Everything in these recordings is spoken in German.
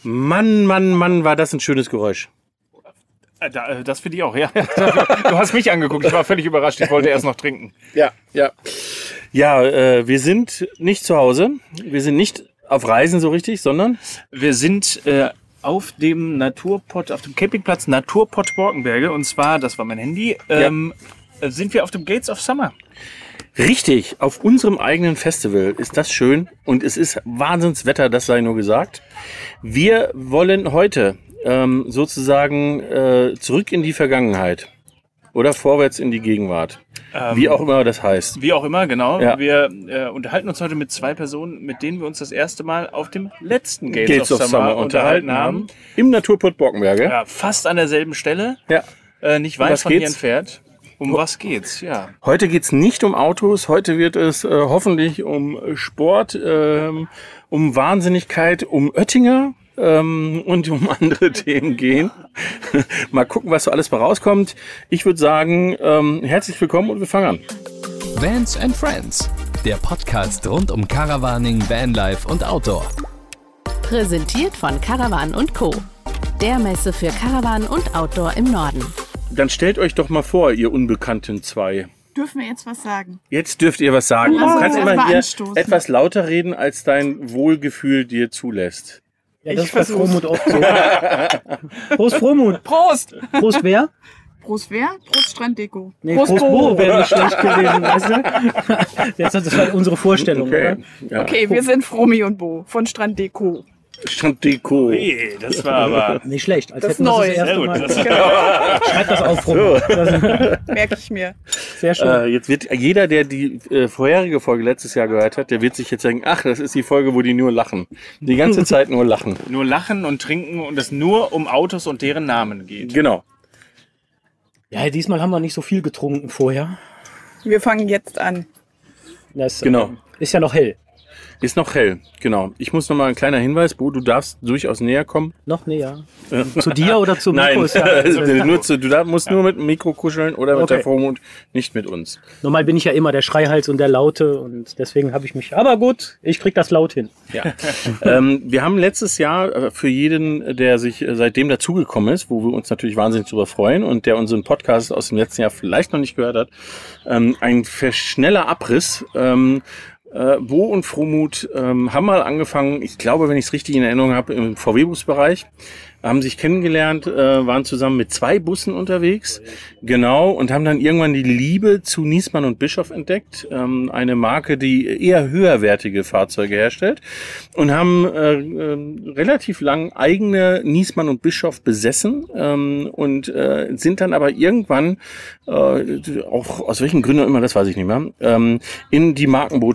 Mann, war das ein schönes Geräusch. Das finde ich auch, ja. Du hast mich angeguckt, ich war völlig überrascht, ich wollte erst noch trinken. Ja. Ja, wir sind nicht zu Hause, wir sind nicht auf Reisen so richtig, sondern... Wir sind auf dem Campingplatz Naturpott Borkenberge, und zwar, das war mein Handy, sind wir auf dem Gates of Summer. Richtig, auf unserem eigenen Festival ist das schön und es ist Wahnsinnswetter, das sei nur gesagt. Wir wollen heute sozusagen zurück in die Vergangenheit oder vorwärts in die Gegenwart. Wie auch immer das heißt. Wie auch immer, genau. Ja. Wir unterhalten uns heute mit 2 Personen, mit denen wir uns das erste Mal auf dem letzten Gates of Summer unterhalten haben. Im Naturpott Borkenberge. Ja, fast an derselben Stelle. Ja. Nicht weit von hier entfernt. Um was geht's? Ja. Heute geht's nicht um Autos, heute wird es hoffentlich um Sport, um Wahnsinnigkeit, um Oettinger und um andere Themen gehen. Mal gucken, was so alles bei rauskommt. Ich würde sagen, herzlich willkommen und wir fangen an. Vans and Friends, der Podcast rund um Caravaning, Vanlife und Outdoor. Präsentiert von Caravan & Co., der Messe für Caravan und Outdoor im Norden. Dann stellt euch doch mal vor, ihr unbekannten 2. Dürfen wir jetzt was sagen? Jetzt dürft ihr was sagen. Lass Du uns kannst erst immer mal hier anstoßen. etwas lauter reden, als dein Wohlgefühl dir zulässt. Ja, das Ich ist bei versuch's. Frohmut auch so. Prost, Frohmut. Prost! Prost, wer? Prost wer? Prost Stranddeko. Nee, Prost, Prost Bo. Bo wäre nicht schlecht gewesen, weißt du? Jetzt, das war unsere Vorstellung, Okay. oder? Ja. Okay, wir sind Fromi und Bo von Stranddeko. Stranddeko. Hey, das war aber... Nicht schlecht. Als Das hätten wir neu. das erste Sehr gut. Mal. Schreib das auf, Frohmut. Merke ich mir. Sehr schön. Jetzt wird jeder, der die vorherige Folge letztes Jahr gehört hat, der wird sich jetzt sagen, ach, das ist die Folge, wo die nur lachen. Die ganze Zeit nur lachen. Nur lachen und trinken und es nur um Autos und deren Namen geht. Genau. Ja, diesmal haben wir nicht so viel getrunken vorher. Wir fangen jetzt an. Das Genau. Ist ja noch hell. Ist noch hell, genau. Ich muss noch mal ein kleiner Hinweis, Bo, du darfst durchaus näher kommen. Noch näher. Zu dir oder zu Mikro? Nein, Ist ja, du musst nur mit dem Mikro kuscheln oder mit Okay. der Vormund, nicht mit uns. normal bin ich ja immer der Schreihals und der Laute und deswegen habe ich mich. Aber gut, ich krieg das laut hin. Ja. Wir haben letztes Jahr für jeden, der sich seitdem dazugekommen ist, wo wir uns natürlich wahnsinnig darüber freuen und der unseren Podcast aus dem letzten Jahr vielleicht noch nicht gehört hat, ein schneller Abriss. Bo und Frohmut haben mal angefangen, ich glaube, wenn ich es richtig in Erinnerung habe, im VW-Bus-Bereich, haben sich kennengelernt, waren zusammen mit 2 Bussen unterwegs, genau, und haben dann irgendwann die Liebe zu Niesmann und Bischoff entdeckt, eine Marke, die eher höherwertige Fahrzeuge herstellt, und haben relativ lang eigene Niesmann und Bischoff besessen und sind dann aber irgendwann, auch aus welchen Gründen auch immer, das weiß ich nicht mehr, in die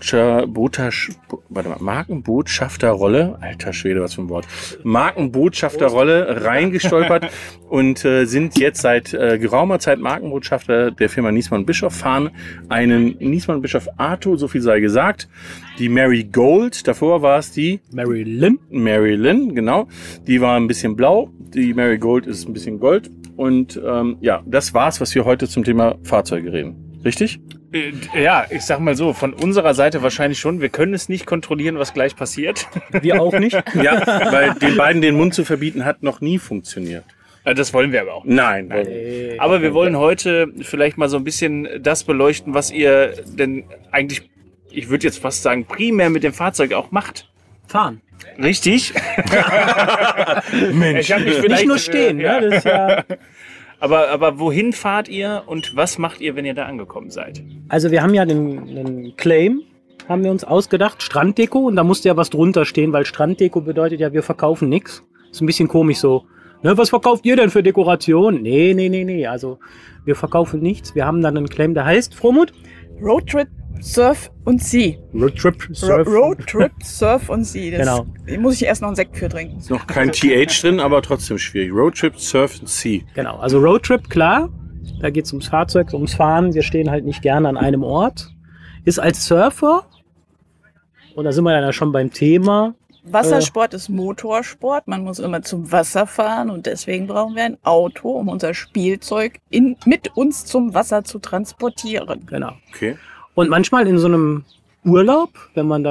Markenbotschafterrolle, alter Schwede, was für ein Wort, Markenbotschafterrolle reingestolpert und sind jetzt seit geraumer Zeit Markenbotschafter der Firma Niesmann Bischoff, fahren einen Niesmann Bischoff Arto, so viel sei gesagt, die Mary Gold, davor war es die Mary Lynn, genau, die war ein bisschen blau, die Mary Gold ist ein bisschen gold und ja, das war's, was wir heute zum Thema Fahrzeuge reden. Richtig? Ja, ich sag mal so, von unserer Seite wahrscheinlich schon. Wir können es nicht kontrollieren, was gleich passiert. wir auch nicht. Ja, weil den beiden den Mund zu verbieten hat noch nie funktioniert. Das wollen wir aber auch. Nein. Aber wir wollen heute vielleicht mal so ein bisschen das beleuchten, was ihr denn eigentlich, ich würde jetzt fast sagen, primär mit dem Fahrzeug auch macht. Fahren. Richtig? Mensch. Ich hab mich vielleicht, Nicht nur stehen, ja. ne? Das ist ja. Aber wohin fahrt ihr und was macht ihr, wenn ihr da angekommen seid? Also wir haben ja den Claim, haben wir uns ausgedacht, Stranddeko, und da musste ja was drunter stehen, weil Stranddeko bedeutet ja, wir verkaufen nichts. Ist ein bisschen komisch so. Ne, was verkauft ihr denn für Dekoration? Nee, also wir verkaufen nichts. Wir haben dann einen Claim, der heißt, Frohmut? Roadtrip, Surf und Sea. Roadtrip, Roadtrip, Surf und Sea. Genau. Muss ich erst noch einen Sekt für trinken. Ist noch kein TH drin, aber trotzdem schwierig. Roadtrip, Surf and Sea. Genau, also Roadtrip, klar. Da geht es ums Fahrzeug, ums Fahren. Wir stehen halt nicht gerne an einem Ort. Ist als Surfer, und da sind wir ja schon beim Thema, Wassersport ist Motorsport. Man muss immer zum Wasser fahren und deswegen brauchen wir ein Auto, um unser Spielzeug mit uns zum Wasser zu transportieren. genau. Okay. Und manchmal in so einem Urlaub, wenn man dann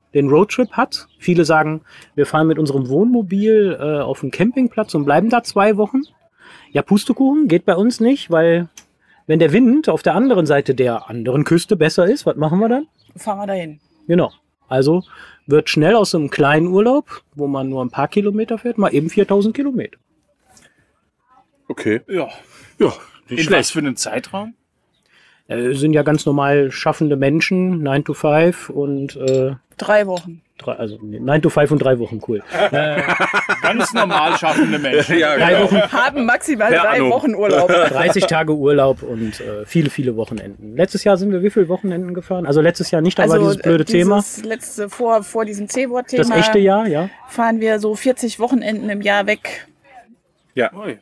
den Roadtrip hat. Viele sagen, wir fahren mit unserem Wohnmobil auf den Campingplatz und bleiben da 2 Wochen. Ja, Pustekuchen geht bei uns nicht, weil wenn der Wind auf der anderen Seite der anderen Küste besser ist, was machen wir dann? Fahren wir dahin. Genau. Also wird schnell aus so einem kleinen Urlaub, wo man nur ein paar Kilometer fährt, mal eben 4000 Kilometer. Okay. Ja. Ja, nicht In schlecht. was für einen Zeitraum? Sind ja ganz normal schaffende Menschen, 9 to 5 und 3 Wochen. 9 to 5 und 3 Wochen, cool. Ganz normal schaffende Menschen. Ja, 3 Wochen, Haben maximal Ja, 3 Anno. Wochen Urlaub. 30 Tage Urlaub und viele, viele Wochenenden. Letztes Jahr sind wir wie viele Wochenenden gefahren? Also letztes Jahr nicht, aber dieses blöde Thema. Das letzte, vor diesem C-Wort-Thema, Das echte Jahr, ja. fahren wir so 40 Wochenenden im Jahr weg. Ja. Ui.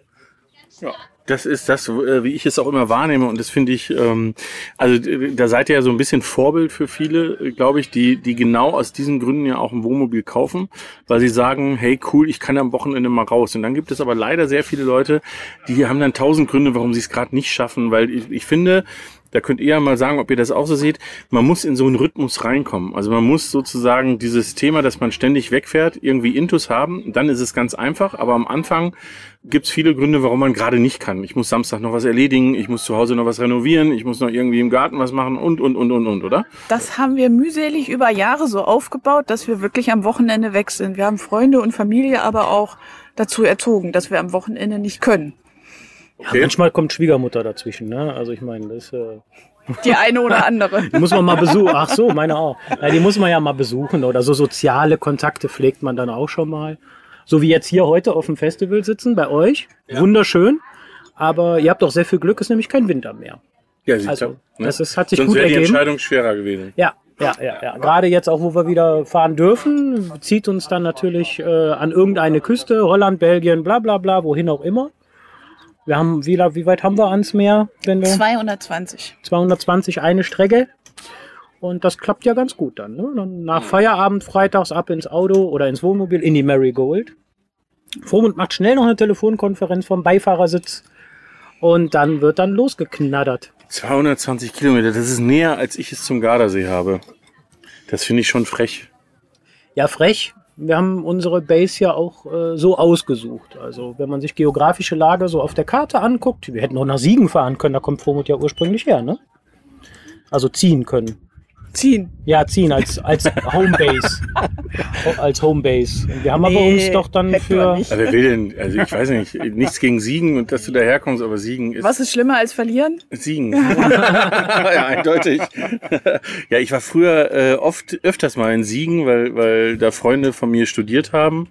Das ist das, wie ich es auch immer wahrnehme, und das finde ich, also da seid ihr ja so ein bisschen Vorbild für viele, glaube ich, die genau aus diesen Gründen ja auch ein Wohnmobil kaufen, weil sie sagen, hey cool, ich kann am Wochenende mal raus. Und dann gibt es aber leider sehr viele Leute, die haben dann 1000 Gründe, warum sie es gerade nicht schaffen, weil ich finde, da könnt ihr ja mal sagen, ob ihr das auch so seht, man muss in so einen Rhythmus reinkommen. Also man muss sozusagen dieses Thema, dass man ständig wegfährt, irgendwie Intus haben. Dann ist es ganz einfach, aber am Anfang gibt es viele Gründe, warum man gerade nicht kann. Ich muss Samstag noch was erledigen, ich muss zu Hause noch was renovieren, ich muss noch irgendwie im Garten was machen und, oder? Das haben wir mühselig über Jahre so aufgebaut, dass wir wirklich am Wochenende weg sind. Wir haben Freunde und Familie aber auch dazu erzogen, dass wir am Wochenende nicht können. Okay. Manchmal kommt Schwiegermutter dazwischen, ne? Also ich meine, das Die eine oder andere. die muss man mal besuchen. Ach so, meine auch. Ja, die muss man ja mal besuchen oder so soziale Kontakte pflegt man dann auch schon mal. So wie jetzt hier heute auf dem Festival sitzen bei euch. Ja. Wunderschön. Aber ihr habt doch sehr viel Glück, ist nämlich kein Winter mehr. Ja, sieht Also, ne? das ist, hat sich Sonst gut wäre die ergeben. Entscheidung schwerer gewesen. Ja. Gerade jetzt auch, wo wir wieder fahren dürfen, zieht uns dann natürlich an irgendeine Küste, Holland, Belgien, bla bla bla, wohin auch immer. Wir haben, wie weit haben wir ans Meer? Wenn wir 220. 220 eine Strecke. Und das klappt ja ganz gut dann. Ne? Dann nach Feierabend freitags ab ins Auto oder ins Wohnmobil in die Marigold. Vormund macht schnell noch eine Telefonkonferenz vom Beifahrersitz. Und dann wird dann losgeknattert. 220 Kilometer, das ist näher, als ich es zum Gardasee habe. Das finde ich schon frech. Ja, frech. Wir haben unsere Base ja auch so ausgesucht. Also wenn man sich geografische Lage so auf der Karte anguckt, wir hätten auch nach Siegen fahren können, da kommt Vormund ja ursprünglich her, ne? Also ziehen können. Ziehen. Ja, ziehen als Homebase. Als Homebase. Und wir haben aber uns doch dann hätten wir für... nicht. Also wer will denn, also ich weiß nicht, nichts gegen Siegen und dass du daherkommst, aber Siegen ist... Was ist schlimmer als verlieren? Siegen. Ja, eindeutig. Ja, ich war früher öfters mal in Siegen, weil da Freunde von mir studiert haben.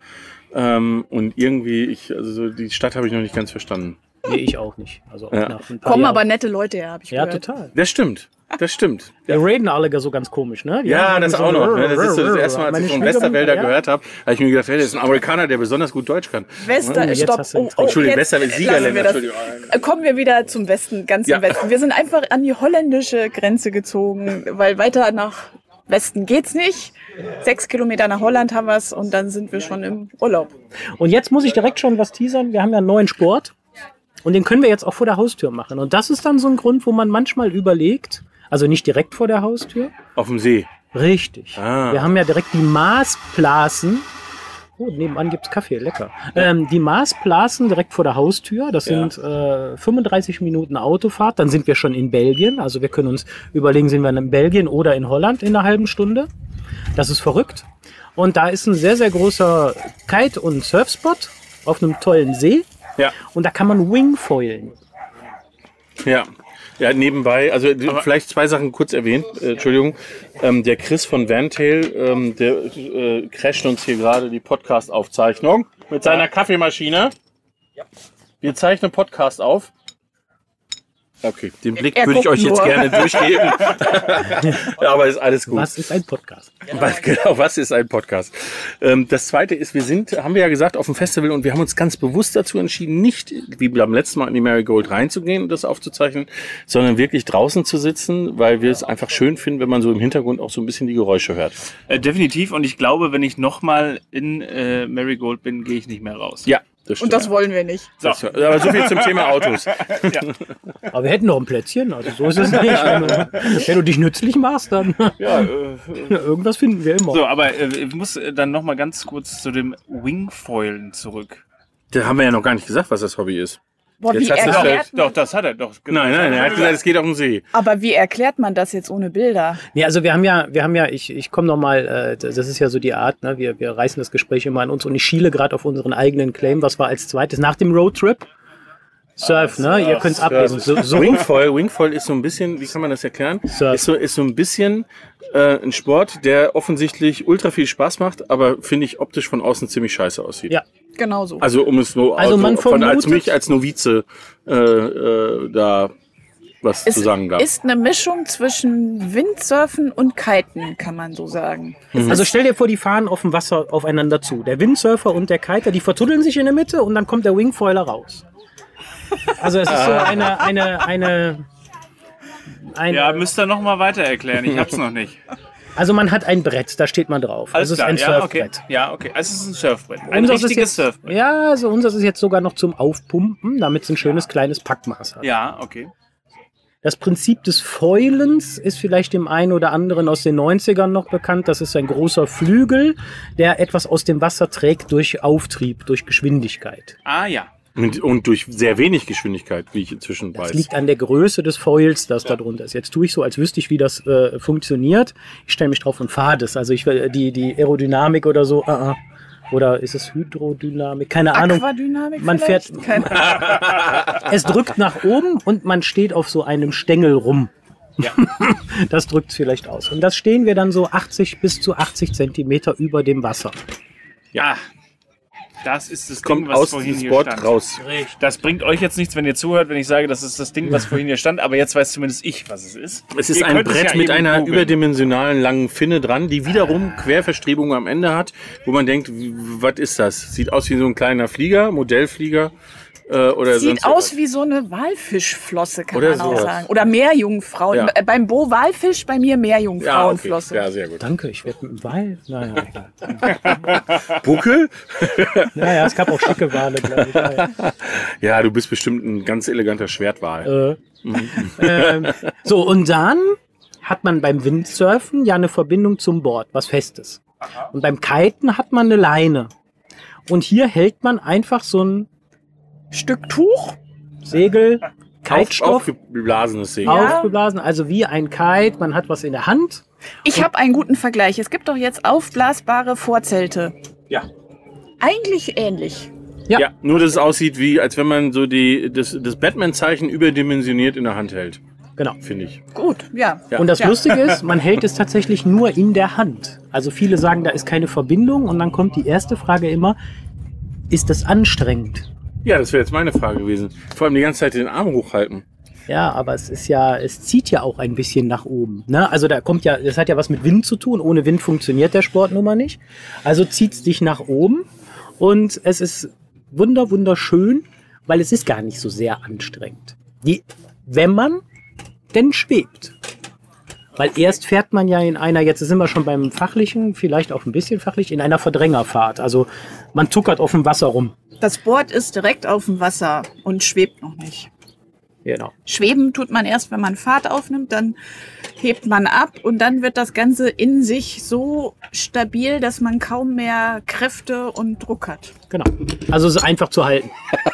Und irgendwie, also die Stadt habe ich noch nicht ganz verstanden. Nee, ich auch nicht. Also auch Ja. nach ein paar Kommen Jahren. aber nette Leute her, habe ich Ja, gehört. total. Das stimmt. Die reden alle so ganz komisch, ne? Die Ja, haben das so auch noch. Ne? Das ist so das erste Mal, als Meine ich von Schwiegermutter, Westerwälder ja. gehört habe, habe ich mir gedacht, hey, das ist ein Amerikaner, der besonders gut Deutsch kann. Wester, jetzt stopp. hast du ihn Entschuldigung, jetzt Westerwälder, lassen Siegerländer, wir das. Entschuldigung. Kommen wir wieder zum Westen, ganz Ja. im Westen. Wir sind einfach an die holländische Grenze gezogen, weil weiter nach Westen geht's nicht. 6 Kilometer nach Holland haben wir's und dann sind wir schon im Urlaub. Und jetzt muss ich direkt schon was teasern. Wir haben ja einen neuen Sport. Und den können wir jetzt auch vor der Haustür machen. Und das ist dann so ein Grund, wo man manchmal überlegt, also nicht direkt vor der Haustür. Auf dem See. Richtig. Ah. Wir haben ja direkt die Maasplassen. Oh, nebenan gibt's Kaffee, lecker. Die Maasplassen direkt vor der Haustür. Das sind 35 Minuten Autofahrt. Dann sind wir schon in Belgien. Also wir können uns überlegen, sind wir in Belgien oder in Holland in einer halben Stunde. Das ist verrückt. Und da ist ein sehr, sehr großer Kite- und Surfspot auf einem tollen See. Ja. Und da kann man Wingfoilen. Ja. Ja, nebenbei, also vielleicht 2 Sachen kurz erwähnt, Entschuldigung. Der Chris von Vantail, der crasht uns hier gerade die Podcast-Aufzeichnung mit seiner Kaffeemaschine. Ja. Wir zeichnen Podcast auf. Okay, den Blick Er würde ich guckt euch jetzt nur. gerne durchgeben. Ja, aber ist alles gut. Was ist ein Podcast? Was ist ein Podcast? Das zweite ist, haben wir ja gesagt, auf dem Festival und wir haben uns ganz bewusst dazu entschieden, nicht wie beim letzten Mal in die Marigold reinzugehen und das aufzuzeichnen, sondern wirklich draußen zu sitzen, weil wir es einfach schön finden, wenn man so im Hintergrund auch so ein bisschen die Geräusche hört. Definitiv. Und ich glaube, wenn ich nochmal in Marigold bin, gehe ich nicht mehr raus. Ja, Das Und das wollen wir nicht. So. Aber so viel zum Thema Autos. Aber wir hätten noch ein Plätzchen, also so ist es nicht. Wenn du dich nützlich machst, dann irgendwas finden wir immer. So, aber ich muss dann noch mal ganz kurz zu dem Wingfoilen zurück. Da haben wir ja noch gar nicht gesagt, was das Hobby ist. Boah, Jetzt wie hast du es erklärt Doch, das hat er doch. Nein, er hat gesagt, es geht auf den See. Aber wie erklärt man das jetzt ohne Bilder? Nee, also wir haben ja, ich komme nochmal, das ist ja so die Art, ne? Wir reißen das Gespräch immer an uns und ich schiele gerade auf unseren eigenen Claim, was war als zweites nach dem Roadtrip? Surf, ne? Ihr könnt es ablesen. So Wingfoil ist so ein bisschen, wie kann man das erklären? Ist so ein bisschen ein Sport, der offensichtlich ultra viel Spaß macht, aber finde ich optisch von außen ziemlich scheiße aussieht. Ja. Genau so. Also um es nur man als mich als Novize da was zu sagen darf. Ist eine Mischung zwischen Windsurfen und Kiten, kann man so sagen. Also stell dir vor, die fahren auf dem Wasser aufeinander zu. Der Windsurfer und der Kiter, die vertuddeln sich in der Mitte und dann kommt der Wingfoiler raus. Also es ist so eine Ja, müsst ihr noch mal weiter erklären. Ich hab's noch nicht. Also man hat ein Brett, da steht man drauf. Alles das ist klar, ein Surfbrett. Okay. Ja, okay. Also es ist ein Surfbrett. Ein Unseres ist richtiges jetzt, Surfbrett. Ja, also unseres ist jetzt sogar noch zum Aufpumpen, damit es ein schönes kleines Packmaß hat. Ja, okay. Das Prinzip des Foilens ist vielleicht dem einen oder anderen aus den 90ern noch bekannt. Das ist ein großer Flügel, der etwas aus dem Wasser trägt durch Auftrieb, durch Geschwindigkeit. Ah ja. Und durch sehr wenig Geschwindigkeit, wie ich inzwischen weiß. Das liegt an der Größe des Foils, das da drunter ist. Jetzt tue ich so, als wüsste ich, wie das funktioniert. Ich stelle mich drauf und fahre das. Also ich will die Aerodynamik oder so. Oder ist es Hydrodynamik? Keine Ahnung. Aquadynamik Man fährt. Es drückt nach oben und man steht auf so einem Stängel rum. Ja. Das drückt es vielleicht aus. Und das stehen wir dann so 80 bis zu 80 Zentimeter über dem Wasser. Ja. Das ist das Kommt Ding, was aus vorhin dem hier Sport stand. raus. Das bringt euch jetzt nichts, wenn ihr zuhört, wenn ich sage, das ist das Ding, was vorhin hier stand. Aber jetzt weiß zumindest ich, was es ist. Es ist Ihr ein könnt es Brett ja mit eben einer googeln. überdimensionalen langen Finne dran, die wiederum Querverstrebungen am Ende hat, wo man denkt, was ist das? Sieht aus wie so ein kleiner Flieger, Modellflieger. Oder Sieht sonst aus etwas. wie so eine Walfischflosse, kann Oder man auch sowas. sagen. Oder Meerjungfrauen. Ja. Beim Bo Walfisch, bei mir Ja, okay. Meerjungfrauenflosse. Ja, sehr gut. Danke, ich werde mit dem Wal. Naja, Buckel? naja, es gab auch schicke Wale, glaube ich. Ja, du bist bestimmt ein ganz eleganter Schwertwal. So, und dann hat man beim Windsurfen ja eine Verbindung zum Board, was Festes. Und beim Kiten hat man eine Leine. Und hier hält man einfach so ein Stück Tuch. Segel, Kitestoff, Aufgeblasenes Segel. Ja. aufgeblasen, also wie ein Kite. Man hat was in der Hand. Ich habe einen guten Vergleich. Es gibt doch jetzt aufblasbare Vorzelte. Ja. Eigentlich ähnlich. Ja, nur dass es aussieht, wie als wenn man so das Batman-Zeichen überdimensioniert in der Hand hält, Genau. finde ich. Gut, ja. Ja. Und das Lustige ist, man hält es tatsächlich nur in der Hand. Also viele sagen, da ist keine Verbindung. Und dann kommt die erste Frage immer, ist das anstrengend? Ja, das wäre jetzt meine Frage gewesen. Vor allem die ganze Zeit den Arm hochhalten. Ja, aber es zieht ja auch ein bisschen nach oben. Ne? Also das hat ja was mit Wind zu tun. Ohne Wind funktioniert der Sport nun mal nicht. Also zieht es dich nach oben und es ist wunderschön, weil es ist gar nicht so sehr anstrengend. Wenn man denn schwebt. Weil erst fährt man ja in einer, jetzt sind wir schon beim Fachlichen, vielleicht auch ein bisschen fachlich, in einer Verdrängerfahrt. Also man tuckert auf dem Wasser rum. Das Board ist direkt auf dem Wasser und schwebt noch nicht. Genau. Schweben tut man erst, wenn man Fahrt aufnimmt, dann hebt man ab und dann wird das Ganze in sich so stabil, dass man kaum mehr Kräfte und Druck hat. Genau. Also es ist einfach zu halten.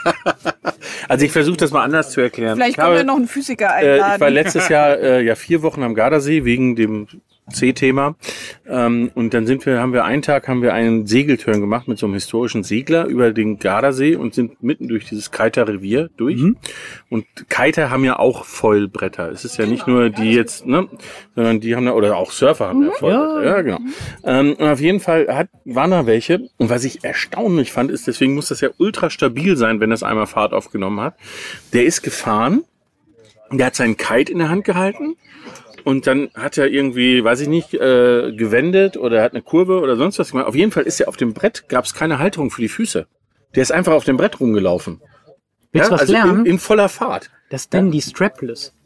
Also ich versuche das mal anders zu erklären. Vielleicht können wir noch einen Physiker einladen. Ich war letztes Jahr 4 Wochen am Gardasee wegen dem C-Thema. Und dann haben wir einen Segeltörn gemacht mit so einem historischen Segler über den Gardasee und sind mitten durch dieses Kiter Revier durch. Und Kiter haben ja auch Foilbretter. Es ist ja nicht nur die jetzt, ne, sondern die haben da, oder auch Surfer haben ja Foilbretter. Ja, genau. Und auf jeden Fall waren da welche. Und was ich erstaunlich fand, ist, deswegen muss das ja ultra stabil sein, wenn das einmal Fahrt aufgenommen hat. Der ist gefahren, der hat seinen Kite in der Hand gehalten. Und dann hat er irgendwie, weiß ich nicht, gewendet oder hat eine Kurve oder sonst was gemacht. Auf jeden Fall ist er auf dem Brett, gab es keine Halterung für die Füße. Der ist einfach auf dem Brett rumgelaufen. Willst du was also lernen? in voller Fahrt. Das nennen die Strapless.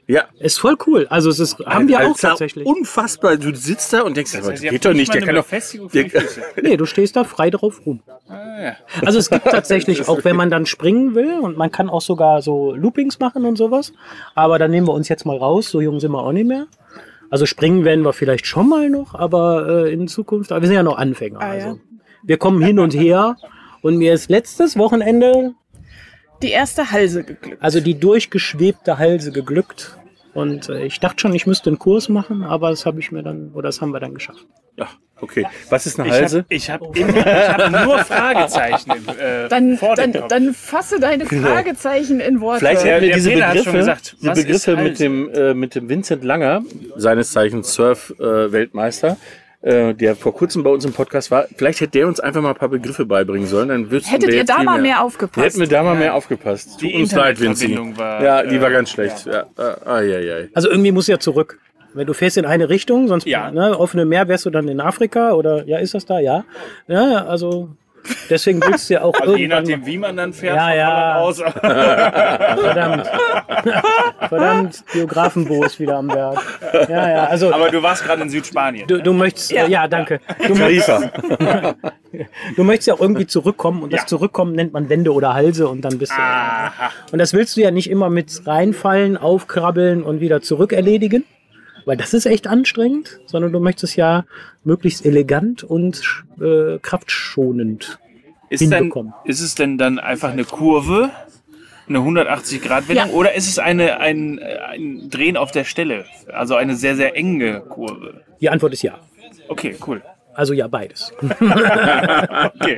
Ja. Ist voll cool. Also es ist, haben wir auch Alter, tatsächlich. Unfassbar. Du sitzt da und denkst, aber das ihr geht habt doch nicht. Der mal kann eine doch. Befestigung für die Füße. Nee, du stehst da frei drauf rum. Ja. Also es gibt tatsächlich, auch wenn man dann springen will und man kann auch sogar so Loopings machen und sowas. Aber dann nehmen wir uns jetzt mal raus, so jung sind wir auch nicht mehr. Also springen werden wir vielleicht schon mal noch, aber in Zukunft, aber wir sind ja noch Anfänger. Ah, ja. Also wir kommen hin und her und mir ist letztes Wochenende Die erste Halse geglückt. also die durchgeschwebte Halse geglückt. Und ich dachte schon, ich müsste einen Kurs machen, aber das habe ich mir dann, oder das haben wir dann geschafft. Ja, okay. Was ist eine Halse? Ich hab nur Fragezeichen vor dem Kopf. Dann fasse deine Fragezeichen in Worte. Vielleicht hätten wir der diese Peter hat schon Begriffe, gesagt, diese was ist Begriffe Halse? mit dem Vincent Langer, seines Zeichens Surf-Weltmeister, der vor kurzem bei uns im Podcast war. Vielleicht hätte der uns einfach mal ein paar Begriffe beibringen sollen. Dann wüssten Hättet wir ihr jetzt da viel mal mehr aufgepasst? Hätten wir da mal mehr aufgepasst. Die Tut uns leid, Vinci. Internetverbindung war, Ja, die war ganz schlecht. Ja. Ai. Also irgendwie muss ja zurück. Wenn du fährst in eine Richtung, sonst Ja. ne, offene Meer wärst du dann in Afrika oder ja, ist das da? Ja. Ja, also deswegen willst du ja auch Also je irgendwann nachdem, wie man dann fährt, Ja, von ja. Holland aus. verdammt. Verdammt, Geografenbo ist wieder am Werk. Ja, also Aber du warst gerade in Südspanien. du möchtest ja, danke. Du möchtest ja auch irgendwie zurückkommen und das Zurückkommen nennt man Wände oder Halse und dann bist du. Und das willst du ja nicht immer mit reinfallen, aufkrabbeln und wieder zurück erledigen, weil das ist echt anstrengend, sondern du möchtest ja möglichst elegant und kraftschonend hinbekommen. Ist es denn dann einfach eine Kurve, eine 180-Grad-Wendung, Ja. oder ist es ein Drehen auf der Stelle? Also eine sehr, sehr enge Kurve. Die Antwort ist ja. Okay, cool. Also ja, beides. Okay.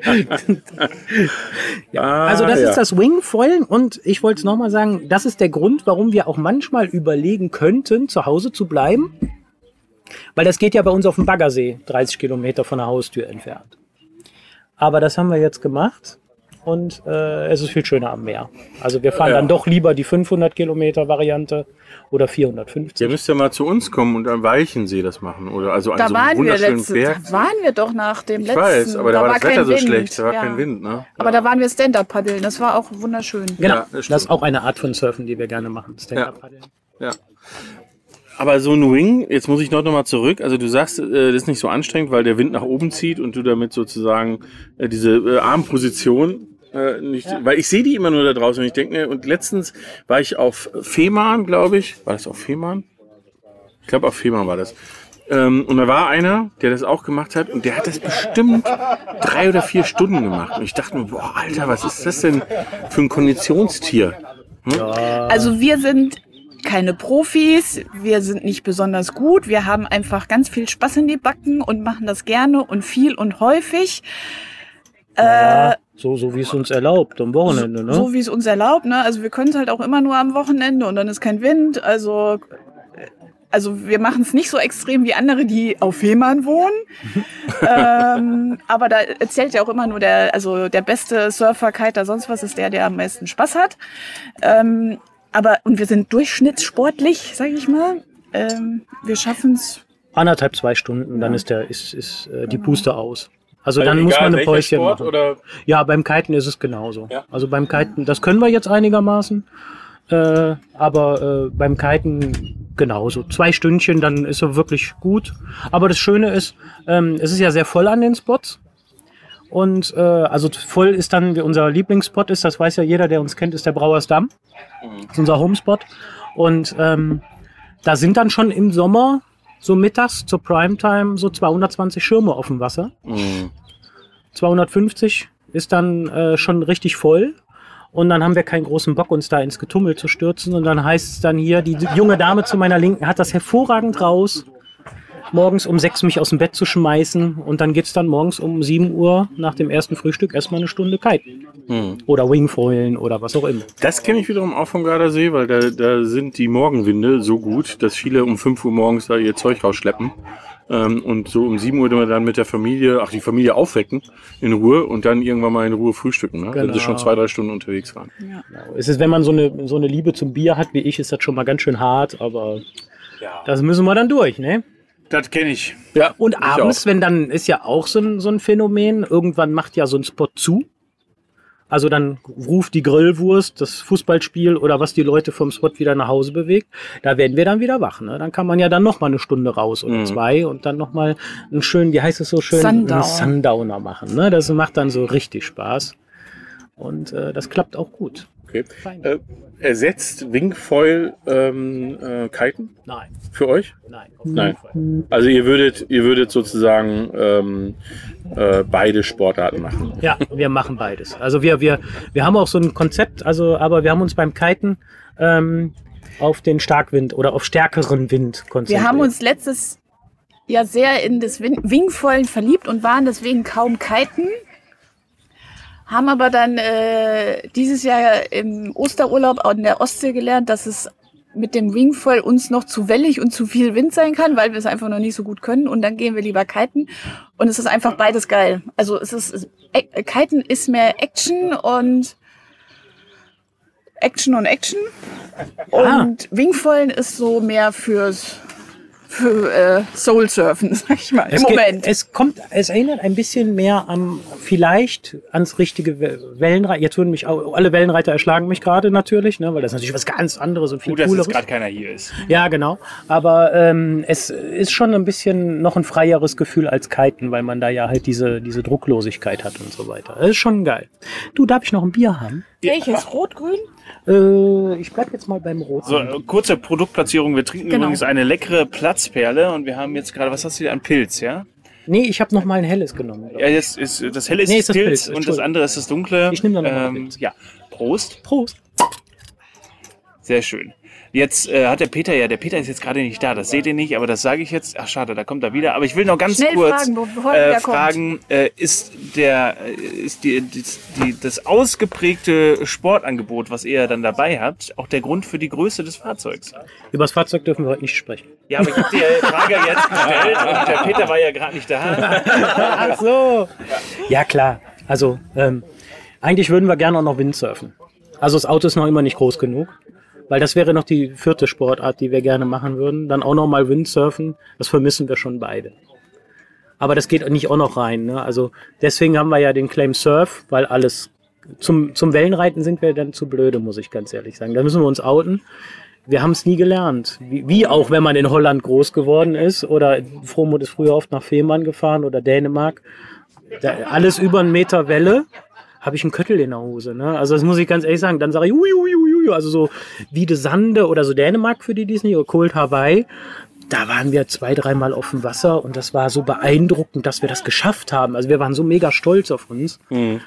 Also das ist das Wingfoilen und ich wollte es nochmal sagen, das ist der Grund, warum wir auch manchmal überlegen könnten, zu Hause zu bleiben. Weil das geht ja bei uns auf dem Baggersee, 30 Kilometer von der Haustür entfernt. Aber das haben wir jetzt gemacht und es ist viel schöner am Meer. Also wir fahren dann doch lieber die 500 Kilometer Variante oder 450. Ihr müsst ja mal zu uns kommen und am Weichensee das machen. Oder also an Da so einem waren wir wunderschönen letzte, Berg. da waren wir doch nach dem Ich letzten. weiß, aber da war das Wetter kein so Wind. schlecht, da war Ja. kein Wind. Ne? Aber da waren wir Stand-Up-Paddeln, das war auch wunderschön. Genau, Ja, das das ist stimmt. auch eine Art von Surfen, die wir gerne machen. Stand-Up-Paddeln. Ja. Aber so ein Wing, jetzt muss ich noch mal zurück. Also du sagst, das ist nicht so anstrengend, weil der Wind nach oben zieht und du damit sozusagen diese Armposition nicht, weil ich sehe die immer nur da draußen und ich denke mir, und letztens war ich auf Fehmarn, glaube ich. War das auf Fehmarn? Ich glaube, auf Fehmarn war das. Und da war einer, der das auch gemacht hat und der hat das bestimmt 3 oder 4 Stunden gemacht. Und ich dachte mir, boah, Alter, was ist das denn für ein Konditionstier? Also wir sind keine Profis, wir sind nicht besonders gut, wir haben einfach ganz viel Spaß in die Backen und machen das gerne und viel und häufig. So wie es uns erlaubt, am Wochenende. Ne? So wie es uns erlaubt, ne? Also wir können es halt auch immer nur am Wochenende und dann ist kein Wind. Also wir machen es nicht so extrem wie andere, die auf Fehmarn wohnen. Aber da erzählt ja auch immer nur der beste Surfer, Kiter, sonst was ist der am meisten Spaß hat. Und wir sind durchschnittssportlich, sage ich mal. Wir schaffen es. 1,5, 2 Stunden, dann ist die Puste aus. Also dann Egal, muss man eine welcher Päuschen Sport machen. oder? Ja, beim Kiten ist es genauso. Ja. Also beim Kiten, das können wir jetzt einigermaßen, aber beim Kiten genauso. 2 Stündchen, dann ist er wirklich gut. Aber das Schöne ist, es ist ja sehr voll an den Spots. Und also voll ist dann, unser Lieblingsspot ist, das weiß ja jeder, der uns kennt, ist der Brauersdamm. Das ist unser Homespot. Und da sind dann schon im Sommer so mittags zur Primetime so 220 Schirme auf dem Wasser. 250 ist dann schon richtig voll. Und dann haben wir keinen großen Bock, uns da ins Getummel zu stürzen. Und dann heißt es dann hier, die junge Dame zu meiner Linken hat das hervorragend raus, morgens um 6 mich aus dem Bett zu schmeißen. Und dann geht's dann morgens um 7 Uhr nach dem ersten Frühstück erstmal eine Stunde kiten. Oder Wingfoilen oder was auch immer. Das kenne ich wiederum auch vom Gardasee, weil da sind die Morgenwinde so gut, dass viele um 5 Uhr morgens da ihr Zeug rausschleppen. Und so um 7 Uhr dann mit der Familie, die Familie aufwecken in Ruhe und dann irgendwann mal in Ruhe frühstücken, ne? Wenn sie schon 2, 3 Stunden unterwegs waren. Es ist, wenn man so eine Liebe zum Bier hat wie ich, ist das schon mal ganz schön hart, aber das müssen wir dann durch, ne? Das kenne ich. Ja, Und ich abends, auch. wenn dann, ist ja auch so ein Phänomen, irgendwann macht ja so ein Spot zu. Also dann ruft die Grillwurst, das Fußballspiel oder was die Leute vom Spot wieder nach Hause bewegt. Da werden wir dann wieder wach. Ne? Dann kann man ja dann noch mal eine Stunde raus oder 2 und dann noch mal einen schönen, wie heißt es so schön, einen Sundowner machen. Ne? Das macht dann so richtig Spaß. Und das klappt auch gut. Okay. Ersetzt Wingfoil Kiten? Nein. Für euch? Nein. Nein. Also ihr würdet sozusagen beide Sportarten machen. Ja, wir machen beides. Also wir haben auch so ein Konzept, aber wir haben uns beim Kiten auf den Starkwind oder auf stärkeren Wind konzentriert. Wir haben uns letztes Jahr sehr in das Wingfoilen verliebt und waren deswegen kaum kiten. Haben aber dann dieses Jahr im Osterurlaub in der Ostsee gelernt, dass es mit dem Wingfoil uns noch zu wellig und zu viel Wind sein kann, weil wir es einfach noch nicht so gut können. Und dann gehen wir lieber kiten. Und es ist einfach beides geil. Also Kiten ist mehr Action und Action. Und Wingfoilen ist so mehr für Soul-Surfen, sag ich mal, im Moment. Es erinnert ein bisschen mehr vielleicht ans richtige Wellenreiter. Jetzt würden mich auch, alle Wellenreiter erschlagen mich gerade natürlich, ne, weil das natürlich was ganz anderes und viel cooleres. Gut, dass jetzt gerade keiner hier ist. Ja, genau. Aber es ist schon ein bisschen noch ein freieres Gefühl als Kiten, weil man da ja halt diese Drucklosigkeit hat und so weiter. Das ist schon geil. Du, darf ich noch ein Bier haben? Welches? Rot-Grün? Ich bleib jetzt mal beim Rot. So, kurze Produktplatzierung. Wir trinken übrigens eine leckere Platzperle und wir haben jetzt gerade, was hast du hier, ein Pilz, ja? Nee, ich habe noch mal ein helles genommen. Ja, jetzt ist das helle ist das Pilz und das andere ist das dunkle. Ich nehme dann noch mal Pilz. Ja, Prost. Prost. Sehr schön. Jetzt hat der Peter ist jetzt gerade nicht da, das seht ihr nicht, aber das sage ich jetzt. Ach schade, da kommt er wieder. Aber ich will noch ganz schnell kurz fragen, ist das ausgeprägte Sportangebot, was ihr dann dabei habt, auch der Grund für die Größe des Fahrzeugs? Über das Fahrzeug dürfen wir heute nicht sprechen. Ja, aber ich habe die Frage jetzt gestellt und der Peter war ja gerade nicht da. Ach so. Ja, klar. Also eigentlich würden wir gerne auch noch Windsurfen. Also das Auto ist noch immer nicht groß genug. Weil das wäre noch die 4. Sportart, die wir gerne machen würden. Dann auch noch mal Windsurfen. Das vermissen wir schon beide. Aber das geht nicht auch noch rein. Ne? Also deswegen haben wir ja den Claim Surf, weil alles zum Wellenreiten sind wir dann zu blöde, muss ich ganz ehrlich sagen. Da müssen wir uns outen. Wir haben es nie gelernt. Wie auch, wenn man in Holland groß geworden ist oder Frohmut ist früher oft nach Fehmarn gefahren oder Dänemark. Alles über 1 Meter Welle. Habe ich einen Köttel in der Hose. Ne? Also das muss ich ganz ehrlich sagen. Dann sage ich, also so wie de Sande oder so Dänemark für die es nicht, oder Cold Hawaii. Da waren wir 2-3 Mal auf dem Wasser und das war so beeindruckend, dass wir das geschafft haben. Also wir waren so mega stolz auf uns.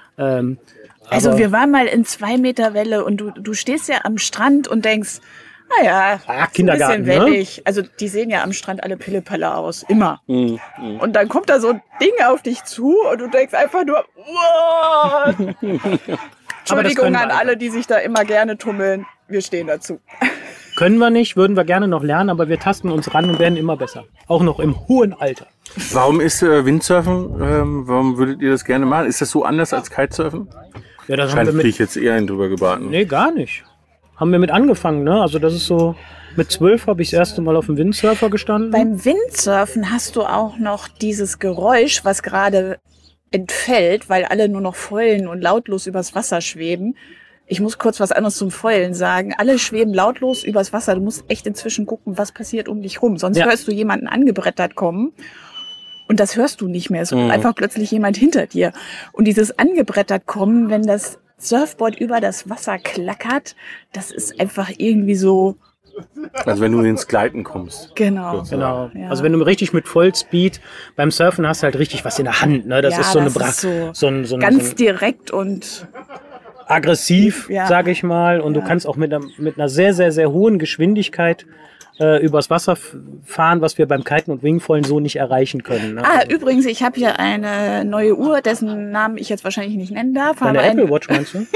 Also wir waren mal in 2 Meter Welle und du stehst ja am Strand und denkst, naja, Kindergarten, ein bisschen wellig. Ne? Also die sehen ja am Strand alle Pillepalle aus, immer. Und dann kommt da so ein Ding auf dich zu und du denkst einfach nur, wow. Entschuldigung an alle, die sich da immer gerne tummeln. Wir stehen dazu. Können wir nicht, würden wir gerne noch lernen, aber wir tasten uns ran und werden immer besser. Auch noch im hohen Alter. Warum ist Windsurfen, warum würdet ihr das gerne machen? Ist das so anders als Kitesurfen? Ja, das haben wir ich jetzt eher einen drüber gebaten. Nee, gar nicht. Haben wir mit angefangen, ne? Also das ist so, mit 12 habe ich das erste Mal auf dem Windsurfer gestanden. Beim Windsurfen hast du auch noch dieses Geräusch, was gerade entfällt, weil alle nur noch Foilen und lautlos übers Wasser schweben. Ich muss kurz was anderes zum Foilen sagen. Alle schweben lautlos übers Wasser. Du musst echt inzwischen gucken, was passiert um dich rum. Sonst hörst du jemanden angebrettert kommen. Und das hörst du nicht mehr. Es ist einfach plötzlich jemand hinter dir. Und dieses angebrettert kommen, wenn das Surfboard über das Wasser klackert, das ist einfach irgendwie so. Also wenn du ins Gleiten kommst. Genau. Ja. Also wenn du richtig mit Vollspeed beim Surfen hast, halt richtig was in der Hand. Ne? Das ist so eine ganz direkt und aggressiv, sage ich mal. Und du kannst auch mit einer sehr, sehr, sehr hohen Geschwindigkeit übers Wasser fahren, was wir beim Kiten und Wingfoilen so nicht erreichen können. Ne? Übrigens, ich habe hier eine neue Uhr, dessen Namen ich jetzt wahrscheinlich nicht nennen darf. Deine Apple Watch meinst du?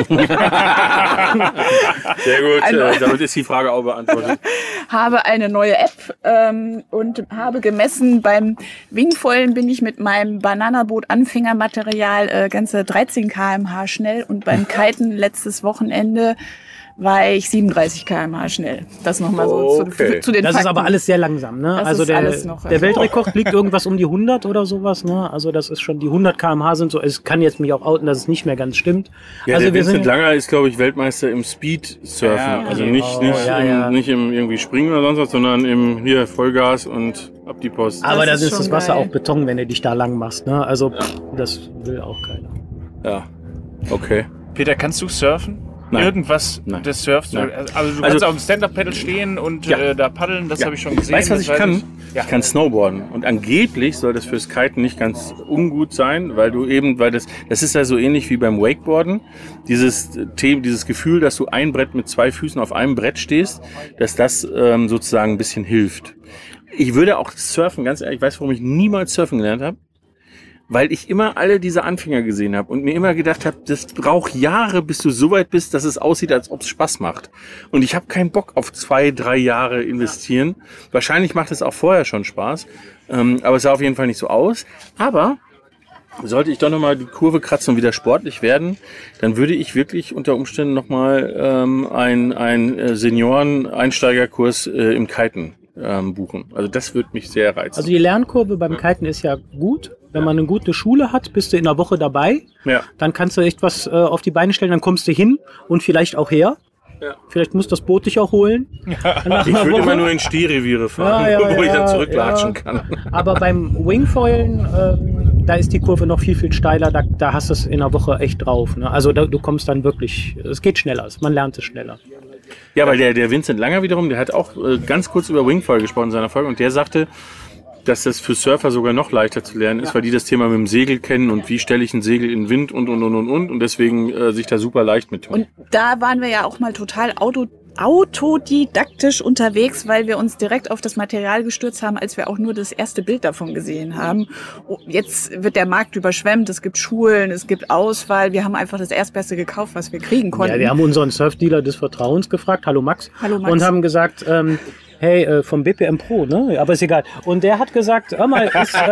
Sehr gut, damit ist die Frage auch beantwortet. Habe eine neue App und habe gemessen, beim Wingfoilen bin ich mit meinem Bananaboot-Anfängermaterial ganze 13 km/h schnell und beim Kiten letztes Wochenende war ich 37 km/h schnell. Das nochmal so Okay. zu den Das Fakten. ist aber alles sehr langsam, ne? Das Also ist alles noch- der Weltrekord liegt irgendwas um die 100 oder sowas, ne? Also das ist schon, die 100 km/h sind so, es kann jetzt mich auch outen, dass es nicht mehr ganz stimmt. Ja, also der Vincent Langer ist, glaube ich, Weltmeister im Speed-Surfen. Ja, also okay. nicht im irgendwie Springen oder sonst was, sondern im hier Vollgas und ab die Post. aber Das das ist ist das schon Wasser geil. auch Beton, wenn du dich da lang machst, ne? Also das will auch keiner. Ja, okay. Peter, kannst du surfen? Nein. Irgendwas Nein. des Surfs? Nein. Also du kannst auf dem Stand-Up-Pedal stehen und Ja. da paddeln, das Ja. habe ich schon gesehen. Weißt du, was das ich weiß kann? Ja. Ich kann Snowboarden. Und angeblich soll das fürs Kiten nicht ganz ungut sein, weil das ist ja so ähnlich wie beim Wakeboarden. Dieses Gefühl, dass du ein Brett mit 2 Füßen auf einem Brett stehst, dass das sozusagen ein bisschen hilft. Ich würde auch surfen, ganz ehrlich, ich weiß, warum ich niemals surfen gelernt habe. Weil ich immer alle diese Anfänger gesehen habe und mir immer gedacht habe, das braucht Jahre, bis du so weit bist, dass es aussieht, als ob es Spaß macht. Und ich habe keinen Bock auf 2-3 Jahre investieren. Wahrscheinlich macht es auch vorher schon Spaß, aber es sah auf jeden Fall nicht so aus. Aber sollte ich doch nochmal die Kurve kratzen und wieder sportlich werden, dann würde ich wirklich unter Umständen nochmal einen Senioren-Einsteigerkurs im Kiten buchen. Also das würde mich sehr reizen. Also die Lernkurve beim Kiten ist ja gut. Wenn man eine gute Schule hat, bist du in einer Woche dabei. Ja. Dann kannst du echt was auf die Beine stellen, dann kommst du hin und vielleicht auch her. Ja. Vielleicht muss das Boot dich auch holen. Nach Ich einer würde Woche. immer nur in Stehreviere fahren, Ja, wo ich dann ja, zurücklatschen ja. kann. Aber beim Wingfoilen, da ist die Kurve noch viel, viel steiler. Da hast du es in einer Woche echt drauf. Ne? Also du kommst dann wirklich, es geht schneller, man lernt es schneller. Ja, weil der Vincent Langer wiederum, der hat auch ganz kurz über Wingfoil gesprochen in seiner Folge und der sagte, dass das für Surfer sogar noch leichter zu lernen ist, weil die das Thema mit dem Segel kennen und wie stelle ich ein Segel in Wind und deswegen sich da super leicht mit tun. Und da waren wir ja auch mal total autodidaktisch unterwegs, weil wir uns direkt auf das Material gestürzt haben, als wir auch nur das erste Bild davon gesehen haben. Oh, jetzt wird der Markt überschwemmt, es gibt Schulen, es gibt Auswahl. Wir haben einfach das Erstbeste gekauft, was wir kriegen konnten. Ja, wir haben unseren Surfdealer des Vertrauens gefragt, hallo Max, Hallo Max. und haben gesagt, hey, vom BPM Pro, ne? Aber ist egal. Und der hat gesagt, hör mal,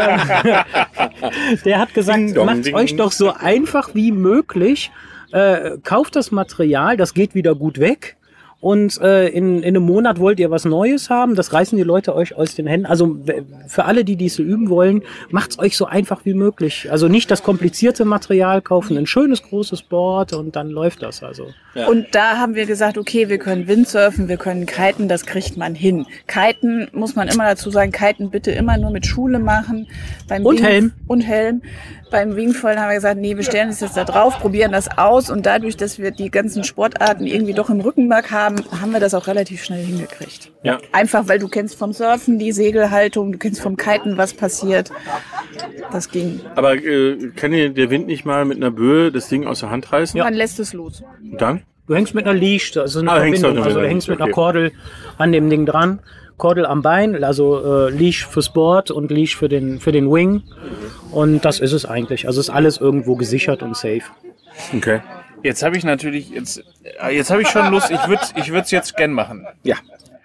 der hat gesagt, Ding dong, macht's ding. euch doch so einfach wie möglich. Kauft das Material, das geht wieder gut weg. Und in einem Monat wollt ihr was Neues haben, das reißen die Leute euch aus den Händen. Also für alle, die so üben wollen, macht's euch so einfach wie möglich. Also nicht das komplizierte Material kaufen, ein schönes großes Board und dann läuft das. Also. Ja. Und da haben wir gesagt, okay, wir können Windsurfen, wir können kiten, das kriegt man hin. Kiten, muss man immer dazu sagen, kiten bitte immer nur mit Schule machen. Und Helm. Und Helm. Beim Wingfoil haben wir gesagt, nee, wir stellen uns jetzt da drauf, probieren das aus und dadurch, dass wir die ganzen Sportarten irgendwie doch im Rückenmark haben, haben wir das auch relativ schnell hingekriegt. Ja. Einfach, weil du kennst vom Surfen die Segelhaltung, du kennst vom Kiten, was passiert. Das ging. Aber kann dir der Wind nicht mal mit einer Böe das Ding aus der Hand reißen? Man lässt es los. Und dann? Du hängst mit einer Leash, also eine Ah, hängst Verbindung. du Also du mit hängst mit einer okay. Kordel an dem Ding dran. Kordel am Bein, also Leash fürs Board und Leash für den Wing. Und das ist es eigentlich. Also ist alles irgendwo gesichert und safe. Okay. Jetzt habe ich natürlich, jetzt habe ich schon Lust, ich würde es jetzt gern machen. Ja.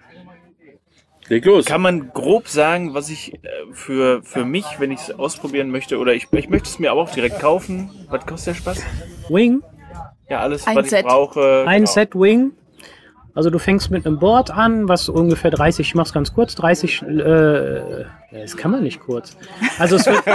Leg los. Kann man grob sagen, was ich für mich, wenn ich es ausprobieren möchte, oder ich möchte es mir aber auch direkt kaufen. Was kostet der Spaß? Wing, Ja, alles, Ein was ich Set. brauche. ein genau. Set Wing. Also du fängst mit einem Board an, was ungefähr 30, ich mach's ganz kurz, 30, das kann man nicht kurz. Also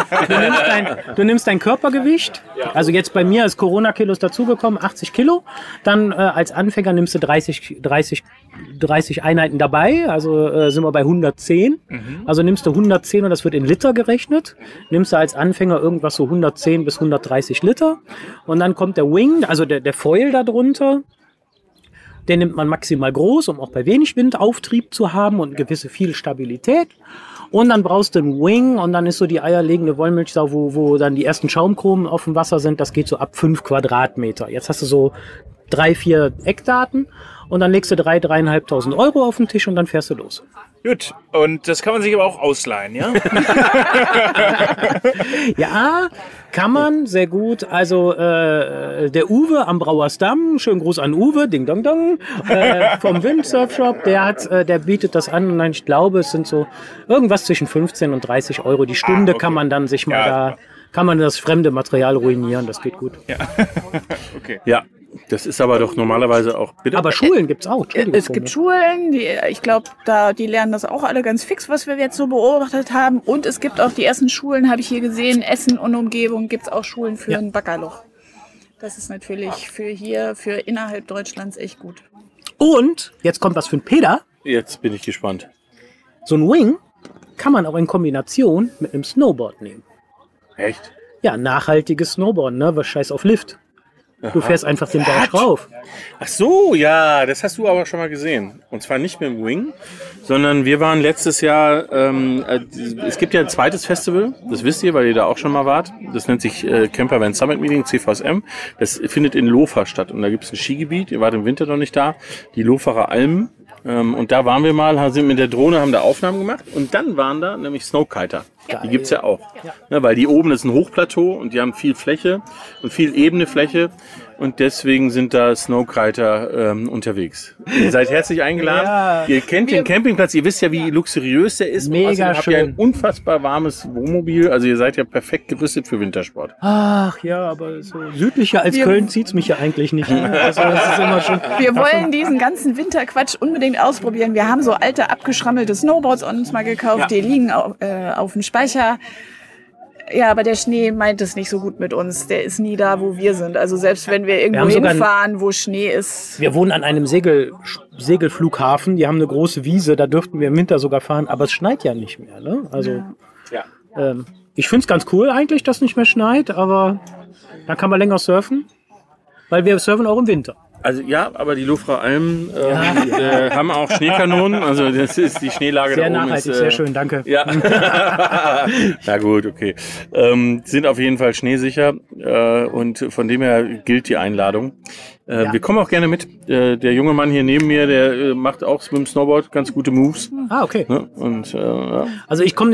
du nimmst dein Körpergewicht, also jetzt bei mir ist Corona-Kilos dazugekommen, 80 Kilo, dann als Anfänger nimmst du 30 Einheiten dabei, also sind wir bei 110, also nimmst du 110 und das wird in Liter gerechnet, nimmst du als Anfänger irgendwas so 110 bis 130 Liter und dann kommt der Wing, also der Foil da drunter. Den nimmt man maximal groß, um auch bei wenig Wind Auftrieb zu haben und eine gewisse viel Stabilität. Und dann brauchst du einen Wing und dann ist so die eierlegende Wollmilchsau, wo dann die ersten Schaumkronen auf dem Wasser sind. Das geht so ab 5 Quadratmeter. Jetzt hast du so 3-4 Eckdaten und dann legst du 3.500 Euro auf den Tisch und dann fährst du los. Gut, und das kann man sich aber auch ausleihen, ja? Ja, kann man, sehr gut. Also der Uwe am Brauersdamm, schönen Gruß an Uwe, ding dong dong, vom Windsurf-Shop, der bietet das an und ich glaube, es sind so irgendwas zwischen 15 und 30 Euro die Stunde, okay. kann man dann sich mal Ja, da super. kann man das fremde Material ruinieren, das geht gut. Okay. Ja, das ist aber doch normalerweise auch... Bitte? Aber Schulen gibt's auch. Es gibt Schulen, ich glaube, die lernen das auch alle ganz fix, was wir jetzt so beobachtet haben. Und es gibt auch die ersten Schulen, habe ich hier gesehen, Essen und Umgebung, gibt es auch Schulen für ein Baggerloch. Das ist natürlich für innerhalb Deutschlands echt gut. Und, jetzt kommt was für ein Peter, Jetzt bin ich gespannt. so ein Wing kann man auch in Kombination mit einem Snowboard nehmen. Echt? Ja, nachhaltiges Snowboard, ne? Was scheiß auf Lift. Du fährst einfach den Berg rauf. Ach so, ja, das hast du aber schon mal gesehen. Und zwar nicht mit dem Wing, sondern wir waren letztes Jahr, es gibt ja ein zweites Festival, das wisst ihr, weil ihr da auch schon mal wart. Das nennt sich Camper Van Summit Meeting, CVSM. Das findet in Lofa statt und da gibt es ein Skigebiet, ihr wart im Winter noch nicht da, die Lofacher Almen. Und da waren wir mal, sind mit der Drohne, haben da Aufnahmen gemacht und dann waren da nämlich Snowkiter. Die gibt's ja auch. Ja, weil die oben ist ein Hochplateau und die haben viel Fläche und viel ebene Fläche und deswegen sind da Snowkiter unterwegs. Ihr seid herzlich eingeladen. Ja. Ihr kennt den Campingplatz, ihr wisst ja, wie luxuriös der ist. Mega Außerdem habt ihr ein unfassbar warmes Wohnmobil, also ihr seid ja perfekt gerüstet für Wintersport. Ach ja, aber so südlicher als Köln zieht's mich ja eigentlich nicht. Also das ist immer schon. Wir wollen diesen ganzen Winterquatsch unbedingt ausprobieren. Wir haben so alte, abgeschrammelte Snowboards uns mal gekauft, die liegen auf dem Speicher. Ja, aber der Schnee meint es nicht so gut mit uns. Der ist nie da, wo wir sind. Also selbst wenn wir irgendwo hinfahren, wo Schnee ist. Wir wohnen an einem Segelflughafen. Die haben eine große Wiese. Da dürften wir im Winter sogar fahren. Aber es schneit ja nicht mehr. Ne? Also ich finde es ganz cool eigentlich, dass es nicht mehr schneit. Aber dann kann man länger surfen. Weil wir surfen auch im Winter. Also ja, aber die Lofacher Almen haben auch Schneekanonen. Also das ist die Schneelage sehr da oben. Nachhaltig, Ist, sehr schön, danke. Ja. Na gut, okay. Sind auf jeden Fall schneesicher und von dem her gilt die Einladung. Wir kommen auch gerne mit. Der junge Mann hier neben mir, der macht auch mit dem Snowboard ganz gute Moves. Ah, okay. Ne? Und, ja. Also ich komme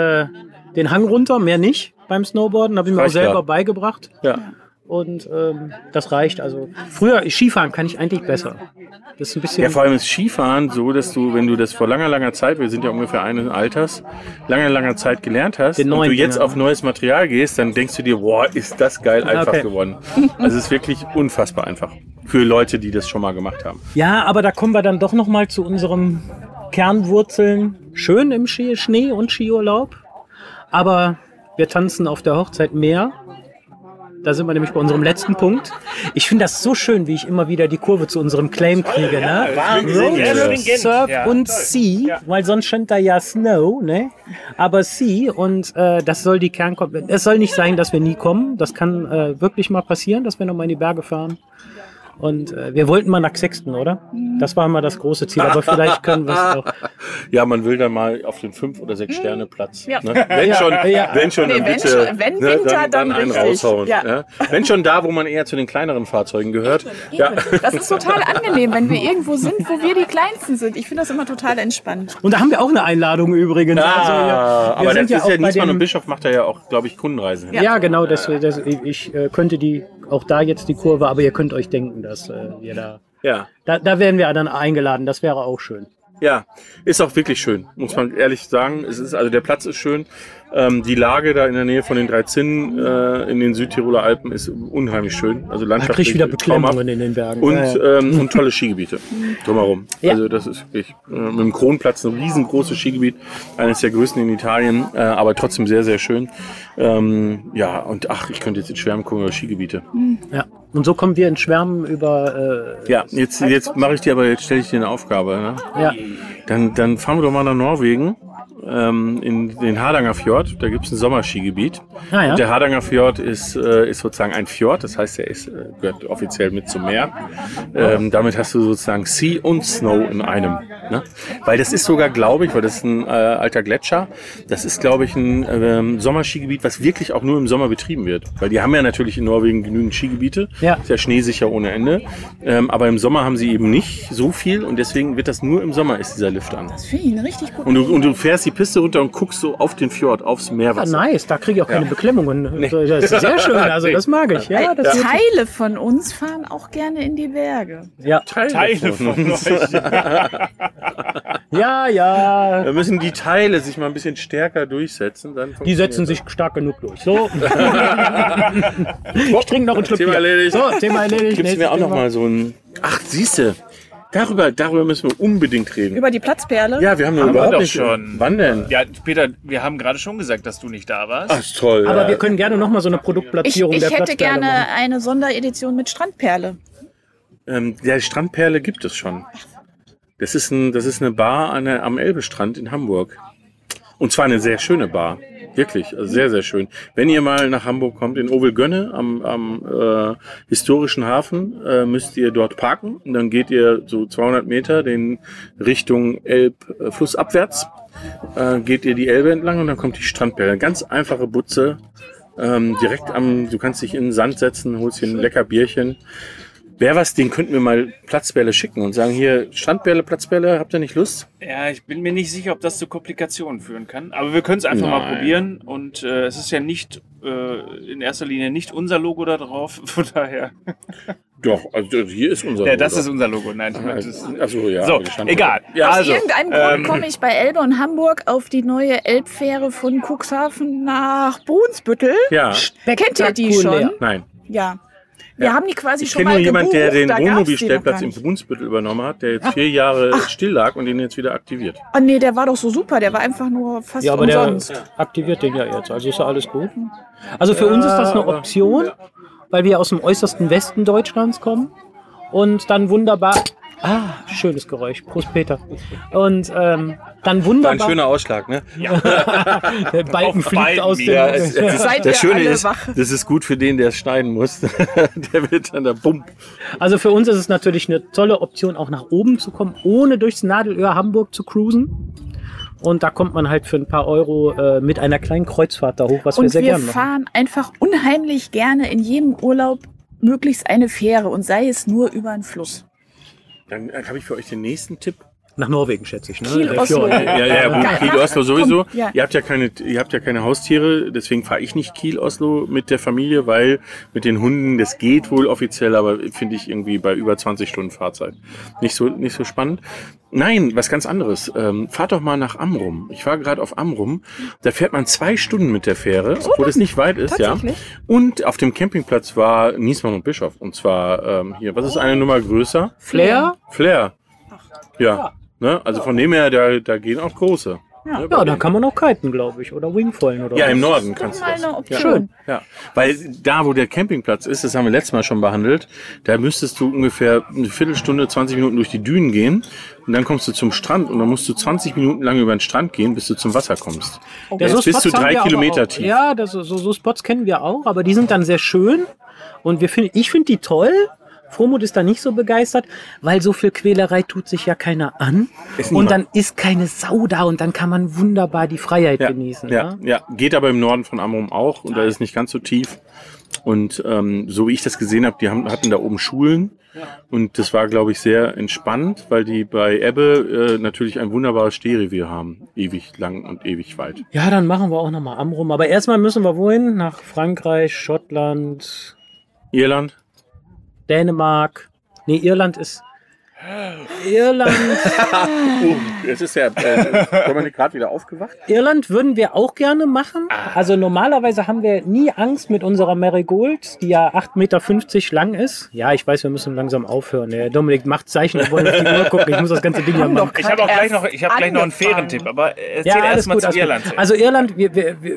den Hang runter, mehr nicht beim Snowboarden. Habe ich mir auch selber beigebracht. Ja. Und das reicht. Also früher Skifahren kann ich eigentlich besser. Das ist ein bisschen. Ja, vor allem ist Skifahren so, dass du, wenn du das vor langer Zeit, wir sind ja ungefähr eines Alters, langer Zeit gelernt hast und du jetzt auf neues Material gehst, dann denkst du dir, boah, ist das geil einfach geworden. Also es ist wirklich unfassbar einfach für Leute, die das schon mal gemacht haben. Ja, aber da kommen wir dann doch noch mal zu unseren Kernwurzeln. Schön im Schnee und Skiurlaub. Aber wir tanzen auf der Hochzeit mehr. Da sind wir nämlich bei unserem letzten Punkt. Ich finde das so schön, wie ich immer wieder die Kurve zu unserem Claim kriege. Ne? Road, Surf und Sea, weil sonst stand da ja Snow, ne? Aber Sea und das soll die Kernkompetenz. Es soll nicht sein, dass wir nie kommen. Das kann wirklich mal passieren, dass wir nochmal in die Berge fahren. Und wir wollten mal nach Sexton, oder? Das war mal das große Ziel, aber vielleicht können wir es auch. Ja, man will dann mal auf den 5- oder 6-Sterne-Platz. Ja. Ne? Wenn schon, dann bitte. Wenn Winter, dann einen richtig. raushauen. Ja. Ja? Wenn schon da, wo man eher zu den kleineren Fahrzeugen gehört. Ja. Das ist total angenehm, wenn wir irgendwo sind, wo wir die Kleinsten sind. Ich finde das immer total entspannt. Und da haben wir auch eine Einladung übrigens. Aber das ist ja Niesmann und Bischof. Bischof macht ja auch, glaube ich, Kundenreisen hin. Ja, genau. Ich könnte auch da jetzt die Kurve, aber ihr könnt euch denken, dass wir da werden wir dann eingeladen. Das wäre auch schön. Ja, ist auch wirklich schön, muss man ehrlich sagen. Also der Platz ist schön. Die Lage da in der Nähe von den 3 Zinnen in den Südtiroler Alpen ist unheimlich schön. Also Da kriege ich landschaftlich wieder Beklemmungen in den Bergen. Und tolle Skigebiete drumherum. Ja. Also das ist wirklich mit dem Kronplatz ein riesengroßes Skigebiet, eines der größten in Italien, aber trotzdem sehr, sehr schön. Und ich könnte jetzt in Schwärmen gucken über Skigebiete. Ja. Und so kommen wir in Schwärmen über. Jetzt stelle ich dir eine Aufgabe. Ne? Ja. Dann fahren wir doch mal nach Norwegen. In den Hardanger Fjord, da gibt es ein Sommerskigebiet. Ah, ja. Und der Hardanger Fjord ist sozusagen ein Fjord, das heißt, er gehört offiziell mit zum Meer. Damit hast du sozusagen Sea und Snow in einem. Ne? Weil das ist sogar, glaube ich, weil das ist ein alter Gletscher, das ist, glaube ich, ein Sommerskigebiet, was wirklich auch nur im Sommer betrieben wird. Weil die haben ja natürlich in Norwegen genügend Skigebiete, ist ja schneesicher ohne Ende. Aber im Sommer haben sie eben nicht so viel und deswegen wird das nur im Sommer, ist dieser Lift an. Das finde ich eine richtig gute Und du fährst die Piste runter und guckst so auf den Fjord, aufs Meerwasser. Nice, da kriege ich auch keine Beklemmungen. Nee. Das ist sehr schön, also das mag ich. Ja, das Teile von uns fahren auch gerne in die Berge. Ja, Teile von euch. Ja. Da müssen die Teile sich mal ein bisschen stärker durchsetzen. Dann Die setzen sich stark genug durch. So. Ich trinke noch einen Schluck Thema Bier. erledigt. So, Thema erledigt. Gibt's mir auch noch mal so ein... Ach, siehste. Darüber müssen wir unbedingt reden. Über die Platzperle? Ja, wir haben Haben wir überhaupt doch nicht... schon. Wann denn? Ja, Peter, wir haben gerade schon gesagt, dass du nicht da warst. Ach, ist toll. Aber ja. wir können gerne noch mal so eine Ich Produktplatzierung der hätte Platzperle gerne machen. eine Sonderedition mit Strandperle. Die Strandperle gibt es schon. Das ist eine Bar am Elbestrand in Hamburg. Und zwar eine sehr schöne Bar. Wirklich, also sehr, sehr schön. Wenn ihr mal nach Hamburg kommt, in Ovelgönne am historischen Hafen, müsst ihr dort parken. Und dann geht ihr so 200 Meter in Richtung flussabwärts. Geht ihr die Elbe entlang und dann kommt die Strandperle. Ganz einfache Butze. Direkt du kannst dich in den Sand setzen, holst dir ein lecker Bierchen. Wäre was, den könnten wir mal Platzbälle schicken und sagen, hier, Strandbälle, Platzbälle, habt ihr nicht Lust? Ja, ich bin mir nicht sicher, ob das zu Komplikationen führen kann. Aber wir können es einfach mal probieren. Und es ist ja nicht in erster Linie nicht unser Logo da drauf. Von daher. Doch, also hier ist unser Ja, Logo. das ist unser Logo. Nein, Achso, ja. so, egal. Ja, Aus Also, irgendeinem Grund komme ich bei Elbe und Hamburg auf die neue Elbfähre von Cuxhaven nach Brunsbüttel. Ja, Kennt ihr die Spektakulär. schon? nein. Ja. Wir haben die quasi Ich schon kenne mal nur jemanden, gebucht. der den da gab's die noch Wohnmobilstellplatz gar im nicht. Brunsbüttel übernommen hat, der jetzt 4 Jahre still lag und den jetzt wieder aktiviert. Ah nee, der war doch so super. Der war einfach nur fast Ja, aber umsonst. der aktiviert den ja jetzt. Also ist ja alles gut. Also für uns ist das eine Option, weil wir aus dem äußersten Westen Deutschlands kommen und dann wunderbar... schönes Geräusch. Prost, Peter. Und dann War ein wunderbar... schöner Ausschlag, ne? Der Balken Auf fliegt beiden aus dem... Ja, Seid das ihr Schöne alle ist, wach? das ist gut für den, der es schneiden muss. Der wird dann da bumm. Also für uns ist es natürlich eine tolle Option, auch nach oben zu kommen, ohne durchs Nadelöhr Hamburg zu cruisen. Und da kommt man halt für ein paar Euro mit einer kleinen Kreuzfahrt da hoch, was wir Und sehr wir gerne machen. fahren einfach unheimlich gerne in jedem Urlaub möglichst eine Fähre und sei es nur über einen Fluss. Dann habe ich für euch den nächsten Tipp. Nach Norwegen, schätze ich. Ne? Kiel, Der Oslo. Fjord. Ja, gut, Geil. Kiel-Oslo sowieso. Komm, ja. Ihr habt ja keine Haustiere, deswegen fahre ich nicht Kiel-Oslo mit der Familie, weil mit den Hunden, das geht wohl offiziell, aber finde ich irgendwie bei über 20 Stunden Fahrzeit nicht so spannend. Nein, was ganz anderes. Fahrt doch mal nach Amrum. Ich war gerade auf Amrum. Da fährt man 2 Stunden mit der Fähre, obwohl es nicht weit ist, ja. Tatsächlich? Und auf dem Campingplatz war Niesmann und Bischof. Und zwar hier, was ist eine Nummer größer? Flair? Flair. Ja. Ne? Also von dem her, da gehen auch große. Ne, Ja, da kann man auch kiten, glaube ich. Oder Wingfoilen oder ja, was. im Norden kannst du Mal das. eine Option. Schön. Ja, weil da, wo der Campingplatz ist, das haben wir letztes Mal schon behandelt, da müsstest du ungefähr eine Viertelstunde, 20 Minuten durch die Dünen gehen und dann kommst du zum Strand und dann musst du 20 Minuten lang über den Strand gehen, bis du zum Wasser kommst. Der so ist bis zu Spots haben 3 wir aber Kilometer auch. tief. Ja, so Spots kennen wir auch, aber die sind dann sehr schön. Und ich finde die toll. Frohmut ist da nicht so begeistert, weil so viel Quälerei tut sich ja keiner an. Ist Und niemand. dann ist keine Sau da und dann kann man wunderbar die Freiheit genießen. Ja, geht aber im Norden von Amrum auch und da ist es nicht ganz so tief. Und so wie ich das gesehen habe, hatten da oben Schulen und das war, glaube ich, sehr entspannt, weil die bei Ebbe natürlich ein wunderbares Stehrevier haben. Ewig lang und ewig weit. Ja, dann machen wir auch nochmal Amrum. Aber erstmal müssen wir wohin? Nach Frankreich, Schottland, Irland? Dänemark. Nee, Irland ist... Irland. Jetzt ist ja Dominik gerade wieder aufgewacht. Irland würden wir auch gerne machen. Also normalerweise haben wir nie Angst mit unserer Marigold, die ja 8,50 Meter lang ist. Ja, ich weiß, wir müssen langsam aufhören. Der Dominik macht Zeichen, wir wollen auf die Uhr gucken. Ich muss das ganze Ding ja machen. Ich habe auch gleich noch einen fairen Tipp, aber erzähl erst mal zu Irland. Also Irland, wir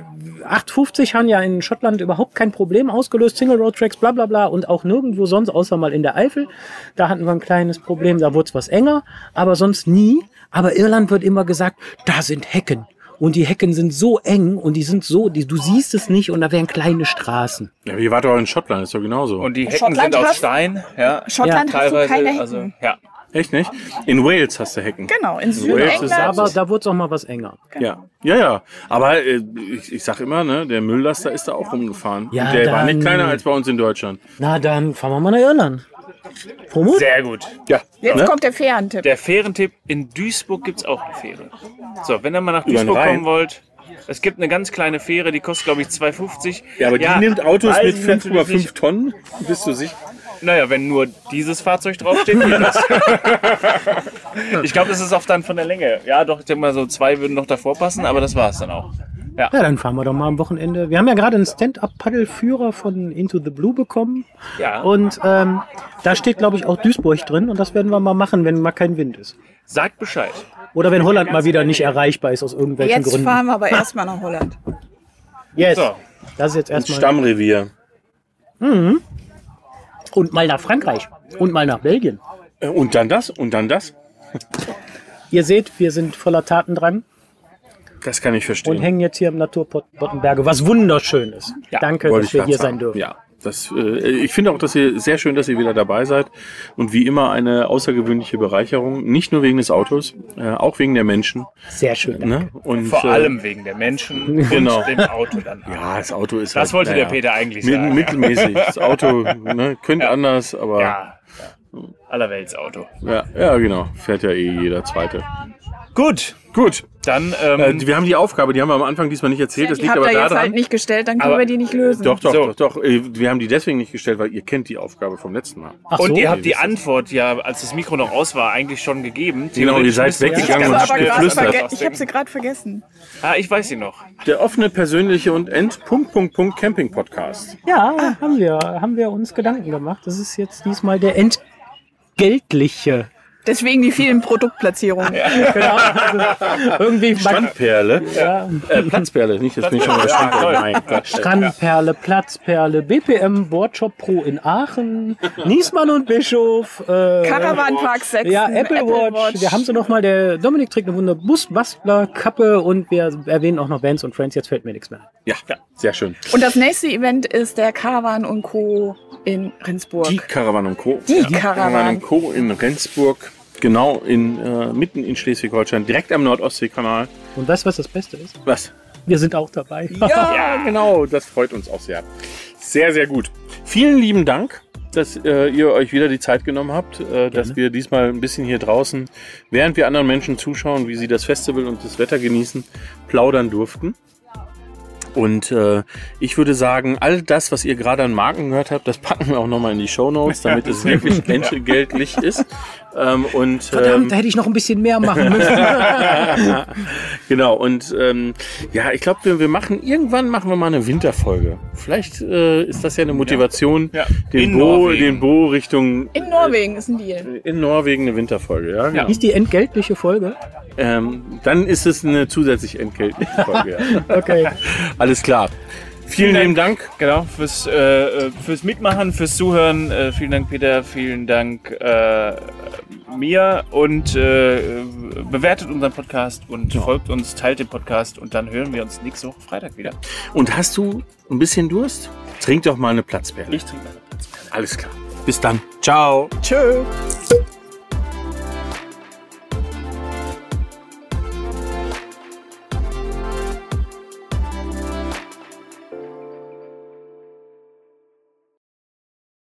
8,50 haben ja in Schottland überhaupt kein Problem ausgelöst. Single Road Tracks, bla bla bla und auch nirgendwo sonst, außer mal in der Eifel. Da hatten wir ein kleines Problem, da wurde es was enger, aber sonst nie. Aber Irland wird immer gesagt, da sind Hecken. Und die Hecken sind so eng und die sind so, du siehst es nicht und da wären kleine Straßen. Ja, ihr wart doch in Schottland, ist doch genauso. Und die Hecken Schottland sind aus hast- Stein. Ja, Schottland hast du keine Hecken. Also, ja. Echt nicht? In Wales hast du Hecken. Genau, in Wales ist Südengland. Aber da wurde es auch mal was enger. Ja. Aber ich sag immer, ne, der Mülllaster ist da auch rumgefahren. Ja, und der war dann- nicht kleiner als bei uns in Deutschland. Na, dann fahren wir mal nach Irland. Frohmut? Sehr gut. Ja. Jetzt ne? kommt der Fährentipp. Der Fährentipp, in Duisburg gibt es auch eine Fähre. So, wenn ihr mal nach Über den Duisburg Rhein. kommen wollt, es gibt eine ganz kleine Fähre, die kostet, glaube ich, 2,50. Ja, aber die nimmt Autos weiß mit ich natürlich 5,5 nicht. Tonnen. Bist du sicher? Naja, wenn nur dieses Fahrzeug draufsteht, geht das. Ich glaube, das ist oft dann von der Länge. Ja, doch, ich denke mal, so 2 würden noch davor passen, aber das war es dann auch. Ja, dann fahren wir doch mal am Wochenende. Wir haben ja gerade einen Stand-Up-Paddelführer von Into the Blue bekommen. Ja. Und da steht, glaube ich, auch Duisburg drin. Und das werden wir mal machen, wenn mal kein Wind ist. Sagt Bescheid. Oder wenn Holland mal wieder nicht erreichbar ist aus irgendwelchen Jetzt Gründen. fahren wir aber erstmal nach Holland. Yes. So. Das ist jetzt erstmal. Stammrevier. Und mal nach Frankreich. Und mal nach Belgien. Und dann das? Und dann das? Ihr seht, wir sind voller Tatendrang Das kann ich verstehen. und hängen jetzt hier im Naturport Boddenberge, was wunderschön ist. Ja, Danke, Wollte dass wir grad hier sagen. sein dürfen. Ja, ich finde auch, dass ihr sehr schön, dass ihr wieder dabei seid und wie immer eine außergewöhnliche Bereicherung, nicht nur wegen des Autos, auch wegen der Menschen. Sehr schön. Danke. Ne? Und, Vor allem wegen der Menschen Genau. und dem Auto dann. Ja, das Auto ist Das wollte der Peter eigentlich sagen. Mittelmäßig. Das Auto könnte anders, aber Ja. Allerweltsauto. ja, genau. Fährt ja jeder Zweite. Gut, Gut. dann Wir haben die Aufgabe, die haben wir am Anfang diesmal nicht erzählt. Das Die liegt habt aber ihr jetzt daran. halt nicht gestellt, dann können Aber- wir die nicht lösen. Doch. So. Wir haben die deswegen nicht gestellt, weil ihr kennt die Aufgabe vom letzten Mal. Ach und so, ihr habt die wisst es. Antwort ja, als das Mikro noch aus war, eigentlich schon gegeben. Genau, ihr seid weggegangen und Ich habt habe geflüstert. sie gerade vergessen. Ich weiß sie noch. Der offene, persönliche und Camping-Podcast. Ja, haben wir uns Gedanken gemacht. Das ist jetzt diesmal der entgeltliche. Deswegen die vielen Produktplatzierungen. Genau. Also, irgendwie Strandperle. ja, Platzperle, nicht? Das bin ich schon mal Strandperle. Mein Gott. Strandperle, Platzperle, BPM, Boardshop Pro in Aachen, Niesmann und Bischof, Caravan-Park 6. ja, Apple Watch. Wir haben sie noch mal, der Dominik trägt eine wunderbare Busbastler-Kappe und wir erwähnen auch noch Vans und Friends. Jetzt fällt mir nichts mehr ein. Ja, sehr schön. Und das nächste Event ist der Caravan und Co. in Rendsburg. Die Caravan und Co. Die Caravan Caravan. und Co. in Rendsburg. Genau, mitten in Schleswig-Holstein, direkt am Nordostseekanal. Und weißt du, was das Beste ist? Was? Wir sind auch dabei. Ja, genau, das freut uns auch sehr. Sehr, sehr gut. Vielen lieben Dank, dass ihr euch wieder die Zeit genommen habt, dass wir diesmal ein bisschen hier draußen, während wir anderen Menschen zuschauen, wie sie das Festival und das Wetter genießen, plaudern durften. Und ich würde sagen, all das, was ihr gerade an Marken gehört habt, das packen wir auch nochmal in die Shownotes, damit es wirklich entgeltlich ist. Verdammt, da hätte ich noch ein bisschen mehr machen müssen. Genau, und ich glaube, irgendwann machen wir mal eine Winterfolge. Vielleicht ist das ja eine Motivation, Ja. den Bo Richtung In Norwegen ist ein Deal. in Norwegen eine Winterfolge. Ja, genau. Ist die entgeltliche Folge? Dann ist es eine zusätzlich entgeltliche Folge. Ja. Okay. Alles klar. Vielen lieben Dank. Genau, fürs Mitmachen, fürs Zuhören. Vielen Dank, Peter. Vielen Dank, Mia. Und bewertet unseren Podcast und folgt uns, teilt den Podcast. Und dann hören wir uns nächste Woche Freitag wieder. Und hast du ein bisschen Durst? Trink doch mal eine Platzperle. Ich trinke eine Platzperle. Alles klar. Bis dann. Ciao. Tschö.